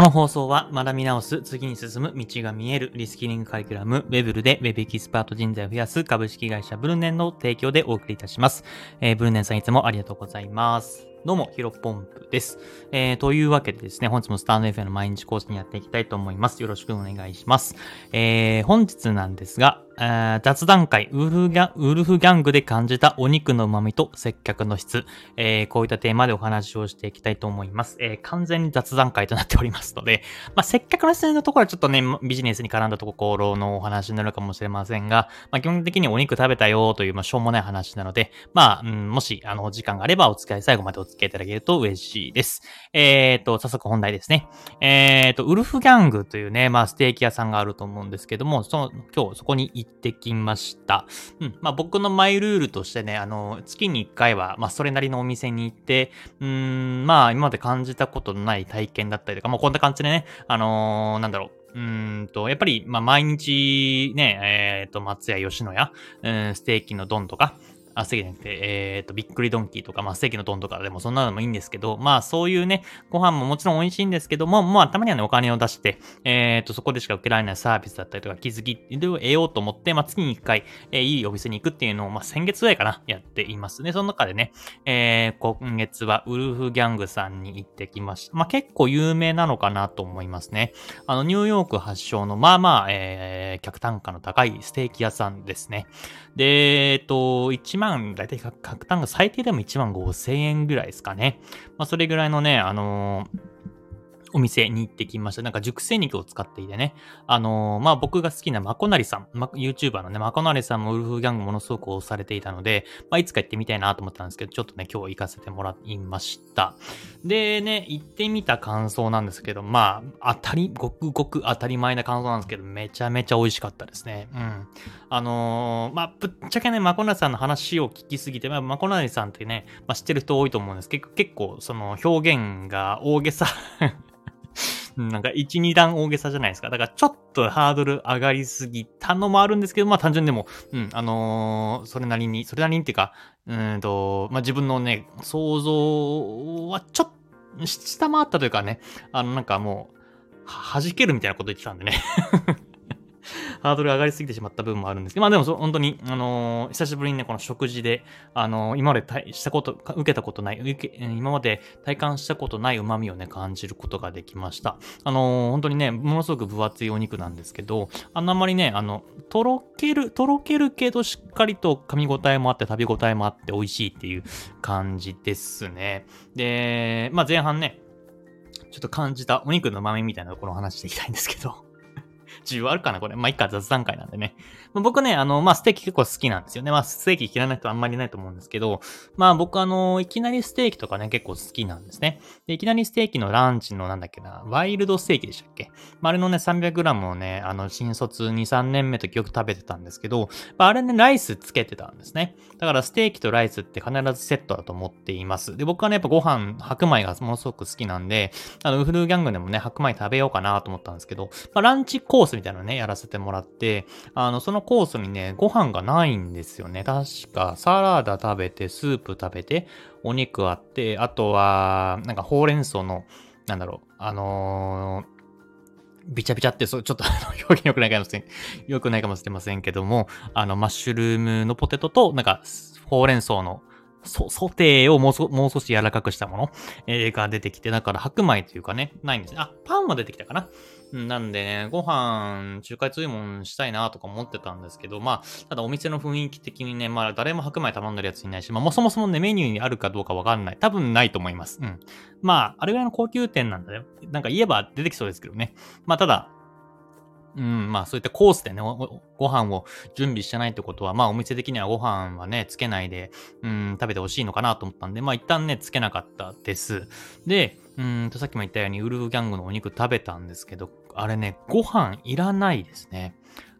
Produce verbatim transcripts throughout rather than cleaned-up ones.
この放送は学び直す、次に進む道が見えるリスキリングカリキュラム、ウェブルで Web エキスパート人材を増やす株式会社ブルネンの提供でお送りいたします。えー、ブルネンさんいつもありがとうございます。どうも、ヒロポンプです。えー、というわけでですね、本日もスタンド エフエム の毎日コースにやっていきたいと思います。よろしくお願いします。えー、本日なんですが、えー、雑談会ウルフギャ、ウルフギャングで感じたお肉の旨味と接客の質、えー、こういったテーマでお話をしていきたいと思います。えー、完全に雑談会となっておりますので、まあ、接客の質のところはちょっとね、ビジネスに絡んだところのお話になるかもしれませんが、まあ、基本的にお肉食べたよという、まあ、しょうもない話なので、まあ、うん、もし、あの、お時間があればお付き合い最後までお付き合いいただけると嬉しいです。えーと、早速本題ですね。えーと、ウルフギャングというね、まあ、ステーキ屋さんがあると思うんですけども、その、今日そこに行ってきました。うん、まあ、僕のマイルールとしてね、あの、月にいっかいは、まあ、それなりのお店に行って、うーん、まあ、今まで感じたことのない体験だったりとか、もうこんな感じでね、あのー、なんだろう、うーんと、やっぱり、まあ、毎日ね、えっと、松屋吉野家、うん、ステーキの丼とか、あ、ステーキじゃなくて、えっと、びっくりドンキーとか、まあ、ステーキの丼とかでもそんなのもいいんですけど、まあ、そういうね、ご飯ももちろん美味しいんですけども、まあ、たまにはね、お金を出して、えっと、そこでしか受けられないサービスだったりとか、気づきを得ようと思って、まあ、月にいっかい、えー、いいお店に行くっていうのを、まあ、先月ぐらいかな、やっていますね。その中でね、えー、今月はウルフギャングさんに行ってきました。まあ、結構有名なのかなと思いますね。あの、ニューヨーク発祥の、まあまあ、えー、客単価の高いステーキ屋さんですね。で、えっと、いちまん、だいたい客単価最低でもいちまんごせんえんぐらいですかね。まあ、それぐらいのね、あのーお店に行ってきました。なんか熟成肉を使っていてね。あのー、まあ、僕が好きなマコナリさん、ま、YouTuber のね、マコナリさんもウルフギャングものすごく推されていたので、まあ、いつか行ってみたいなと思ったんですけど、ちょっとね、今日行かせてもらいました。でね、行ってみた感想なんですけど、まあ、当たり、ごくごく当たり前な感想なんですけど、めちゃめちゃ美味しかったですね。うん。あのー、まあ、ぶっちゃけね、マコナリさんの話を聞きすぎて、まあ、マコナリさんってね、まあ、知ってる人多いと思うんですけど、結構、その表現が大げさなんかいち、に段大げさじゃないですか。だからちょっとハードル上がりすぎたのもあるんですけど、まあ単純にでも、うん、あのー、それなりに、それなりにっていうか、うーんと、まあ自分のね、想像はちょっと下回ったというかね、あのなんかもう、は弾けるみたいなこと言ってたんでね。ハードル上がりすぎてしまった部分もあるんですけど、まあでもそ本当に、あのー、久しぶりにね、この食事で、あのー、今までしたこと、受けたことない、受け今まで体感したことない旨味をね、感じることができました。あのー、本当にね、ものすごく分厚いお肉なんですけど、あのあんまりね、あの、とろける、とろけるけどしっかりと噛み応えもあって食べ応えもあって美味しいっていう感じですね。で、まあ前半ね、ちょっと感じたお肉の豆みたいなところを話していきたいんですけど、需要あるかなこれ。まあ、いっか、雑談会なんでね。まあ、僕ね、あの、まあ、ステーキ結構好きなんですよね。まあ、ステーキ嫌いな人はあんまりいないと思うんですけど、まあ、僕あの、いきなりステーキとかね、結構好きなんですね。で、いきなりステーキのランチのなんだっけな、ワイルドステーキでしたっけ。まあ、あれのね、さんびゃくグラムをね、あの、新卒に、さんねんめとよく食べてたんですけど、まあ、あれね、ライスつけてたんですね。だから、ステーキとライスって必ずセットだと思っています。で、僕はね、やっぱご飯、白米がものすごく好きなんで、あの、ウフルギャングでもね、白米食べようかなと思ったんですけど、まあ、ランチコースみたいなのね、やらせてもらって、あの、そのコースにね、ご飯がないんですよね。確か、サラダ食べて、スープ食べて、お肉あって、あとは、なんかほうれん草の、なんだろう、あのー、びちゃびちゃって、そう、ちょっと表現良くないかもしれん、良くないかもしれませんけども、あの、マッシュルームのポテトと、なんか、ほうれん草の、ソ、ソテーをもうそもう少し柔らかくしたもの、えーが出てきて、だから白米というかね、ないんですね。あ、パンは出てきたかな。なんでね、ご飯、中華注文したいなとか思ってたんですけど、まあ、ただお店の雰囲気的にね、まあ、誰も白米頼んでるやついないし、まあ、もうそもそもね、メニューにあるかどうかわかんない。多分ないと思います。うん。まあ、あれぐらいの高級店なんだよ。なんか言えば出てきそうですけどね。まあ、ただ、うん、まあそういったコースでね、ご飯を準備してないってことは、まあお店的にはご飯はね、つけないで、うん、食べてほしいのかなと思ったんで、まあ一旦ね、つけなかったです。で、うんとさっきも言ったようにウルフギャングのお肉食べたんですけど、あれね、ご飯いらないですね。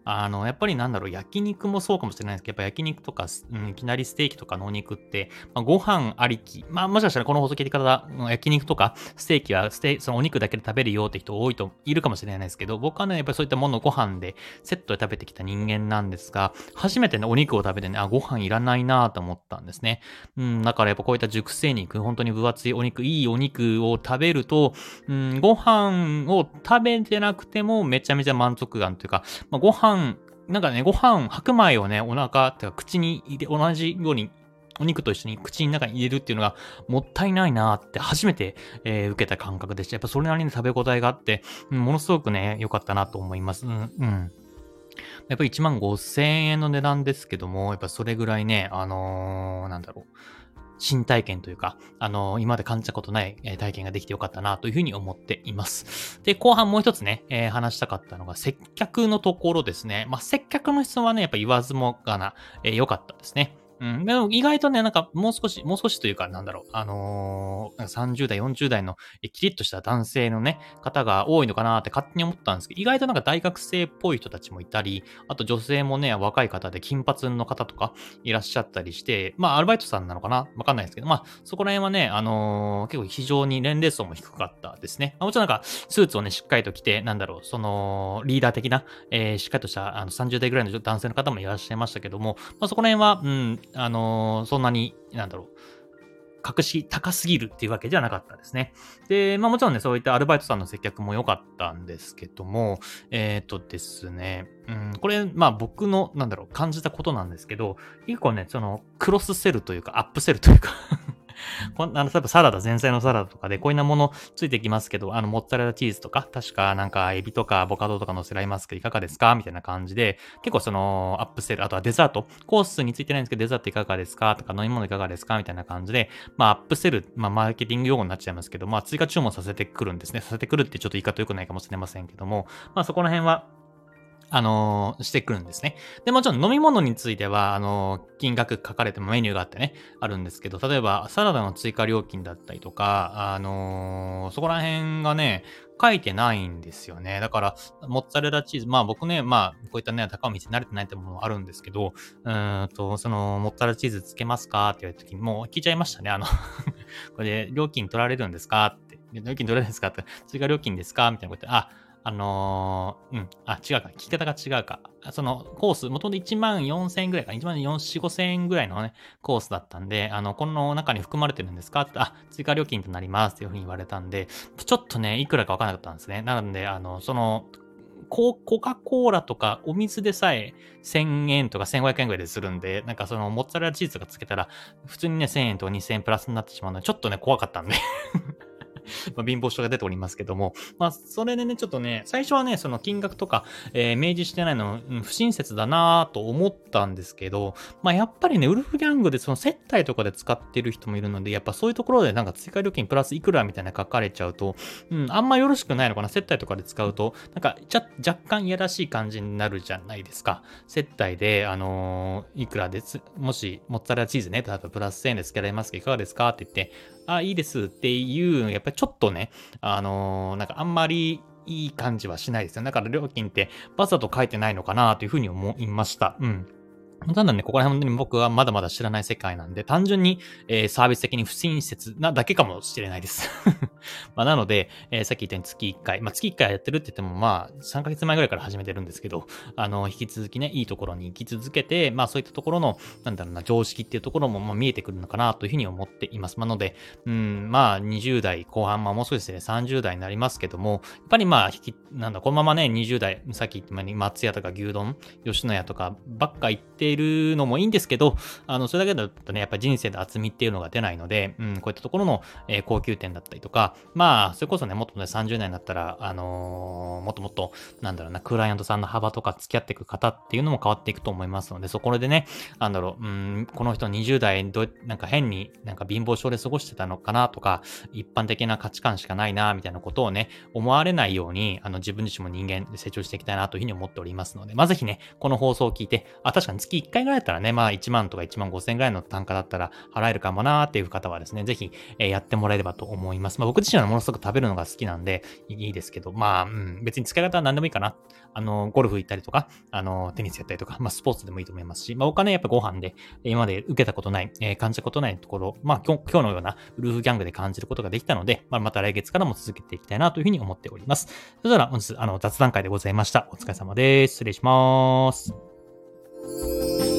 あの、やっぱりなんだろう、焼肉もそうかもしれないですけど、やっぱ焼肉とか、すうん、いきなりステーキとかのお肉って、まあ、ご飯ありき、まあ、もしかしたらこの放送聞いて方、うん焼肉とかステーキはステそのお肉だけで食べるよって人多いといるかもしれないですけど、僕はね、やっぱりそういったものをご飯でセットで食べてきた人間なんですが、初めてね、お肉を食べてね、あ、ご飯いらないなと思ったんですね。うん、だからやっぱこういった熟成肉、本当に分厚いお肉、いいお肉を食べると、うん、ご飯を食べてなくてもめちゃめちゃ満足感というか、まあ、ご飯、なんかね、ご飯、白米をね、お腹ってか口に入れ、同じようにお肉と一緒に口の中に入れるっていうのがもったいないなって初めて、えー受けた感覚でした。やっぱそれなりに食べ応えがあって、うんものすごくね、良かったなと思います。うん、うん。やっぱりいちまんごせんえんの値段ですけども、やっぱそれぐらいね、あのーなんだろう。新体験というか、あのー今まで感じたことない、えー体験ができてよかったなというふうに思っています。で、後半もう一つね、えー話したかったのが接客のところですね。まあ、接客の質問はね、やっぱ言わずもがな、えー良かったですね。うん。でも意外とね、なんかもう少し、もう少しというか、なんだろう、あのーなんかさんじゅう代、よんじゅう代のえキリッとした男性のね、方が多いのかなって勝手に思ったんですけど、意外となんか大学生っぽい人たちもいたり、あと女性もね、若い方で金髪の方とかいらっしゃったりして、まあ、アルバイトさんなのかなわかんないですけど、まあ、そこら辺はね、あのー結構非常に年齢層も低かったですね。まあもちろんなんか、スーツをね、しっかりと着て、なんだろう、その、リーダー的な、えーしっかりとした、あの、さんじゅう代ぐらいの男性の方もいらっしゃいましたけども、まあ、そこら辺は、うん、あのーそんなに、なんだろう、格式高すぎるっていうわけじゃなかったですね。で、まあもちろんね、そういったアルバイトさんの接客も良かったんですけども、えっ、とですね、うん、これ、まあ僕の、なんだろう、感じたことなんですけど、一個ね、その、クロスセルというか、アップセルというかこんあの、例えばサラダ、前菜のサラダとかで、こういうなものついてきますけど、あの、モッツァレラチーズとか、確かなんか、エビとかアボカドとか乗せられますけど、いかがですかみたいな感じで、結構その、アップセル、あとはデザート、コースについてないんですけど、デザートいかがですかとか、飲み物いかがですかみたいな感じで、まあ、アップセル、まあ、マーケティング用語になっちゃいますけど、まあ、追加注文させてくるんですね。させてくるってちょっと言い方良くないかもしれませんけども、まあ、そこら辺は、あのーしてくるんですね。で、もちろん飲み物については、あのー金額書かれてもメニューがあってね、あるんですけど、例えばサラダの追加料金だったりとか、あのーそこら辺がね、書いてないんですよね。だから、モッツァレラチーズ、まあ僕ね、まあ、こういったね、高い店に慣れてないってものもあるんですけど、うーんと、その、モッツァレラチーズつけますかって言われた時に、もう聞いちゃいましたね。あのこれで料金取られるんですかって。料金取られるんですかって。追加料金ですかみたいなことで、あ、あのー、うん、あ、違うか、聞き方が違うか。そのコース、もともといちまんよんせんえんぐらいか、いちまんよんせん、ごせんえんぐらいのね、コースだったんで、あの、この中に含まれてるんですかって、あ、追加料金となりますっていうふうに言われたんで、ちょっとね、いくらかわからなかったんですね。なので、あの、その、ココカ・コーラとかお水でさえせんえんとかせんごひゃくえんぐらいでするんで、なんかそのモッツァレラチーズとかつけたら、普通にね、せんえんとかにせんえんプラスになってしまうので、ちょっとね、怖かったんでまあ、貧乏症が出ておりますけども、まあ、それでね、ちょっとね、最初はね、その金額とか、えー明示してないの、うん不親切だなぁと思ったんですけど、まあ、やっぱりね、ウルフギャングでその接待とかで使ってる人もいるので、やっぱそういうところでなんか追加料金プラスいくらみたいな書かれちゃうと、うん、あんまよろしくないのかな、接待とかで使うと、なんか、じゃ、若干いやらしい感じになるじゃないですか。接待で、あのーいくらです、もし、モッツァレラチーズね、例えばプラスせんえんで付けられますけど、いかがですかって言って、あ、いいですっていう、やっぱりちょっとね、あのーなんかあんまりいい感じはしないですよ。だから料金ってバザと書いてないのかなというふうに思いました。うん。ただね、ここら辺に僕はまだまだ知らない世界なんで、単純に、えーサービス的に不親切なだけかもしれないです。まあ、なので、えーさっき言ったように月いっかい、まあ、月いっかいやってるって言っても、まあ、さんかげつまえぐらいから始めてるんですけど、あの、引き続きね、いいところに行き続けて、まあ、そういったところの、なんだろうな、常識っていうところも、まあ、見えてくるのかなというふうに思っています。なので、うん、まあ、にじゅう代後半、まあ、もう少しですね、さんじゅう代になりますけども、やっぱりまあ、引き、なんだ、このままね、にじゅう代、さっき言ったように、松屋とか牛丼、吉野家とかばっか行っているのもいいんですけど、あの、それだけだとね、やっぱり人生の厚みっていうのが出ないので、うん、こういったところの、えー高級店だったりとか、まあ、それこそね、もっとね、さんじゅう代になったら、あのーもっともっと、なんだろうな、クライアントさんの幅とか付き合っていく方っていうのも変わっていくと思いますので、そこでね、なんだろう、うん、この人にじゅう代どう、なんか変になんか貧乏症で過ごしてたのかなとか、一般的な価値観しかないな、みたいなことをね、思われないように、あの、自分自身も人間で成長していきたいなというふうに思っておりますので、まあ、ぜひね、この放送を聞いて、あ、確かに月いっかいぐらいだったらね、まあいちまんとかいちまんごせんぐらいの単価だったら払えるかもなーっていう方はですね、ぜひ、えーやってもらえればと思います。まあ僕自身はものすごく食べるのが好きなんでいいですけど、まあ、うん、別に使い方は何でもいいかな。あの、ゴルフ行ったりとか、あの、テニスやったりとか、まあスポーツでもいいと思いますし、まあお金やっぱご飯で、今まで受けたことない、えー感じたことないところ、まあ今日今日のようなウルフギャングで感じることができたので、まあまた来月からも続けていきたいなというふうに思っております。それでは本日、あの、雑談会でございました。お疲れ様です。失礼します。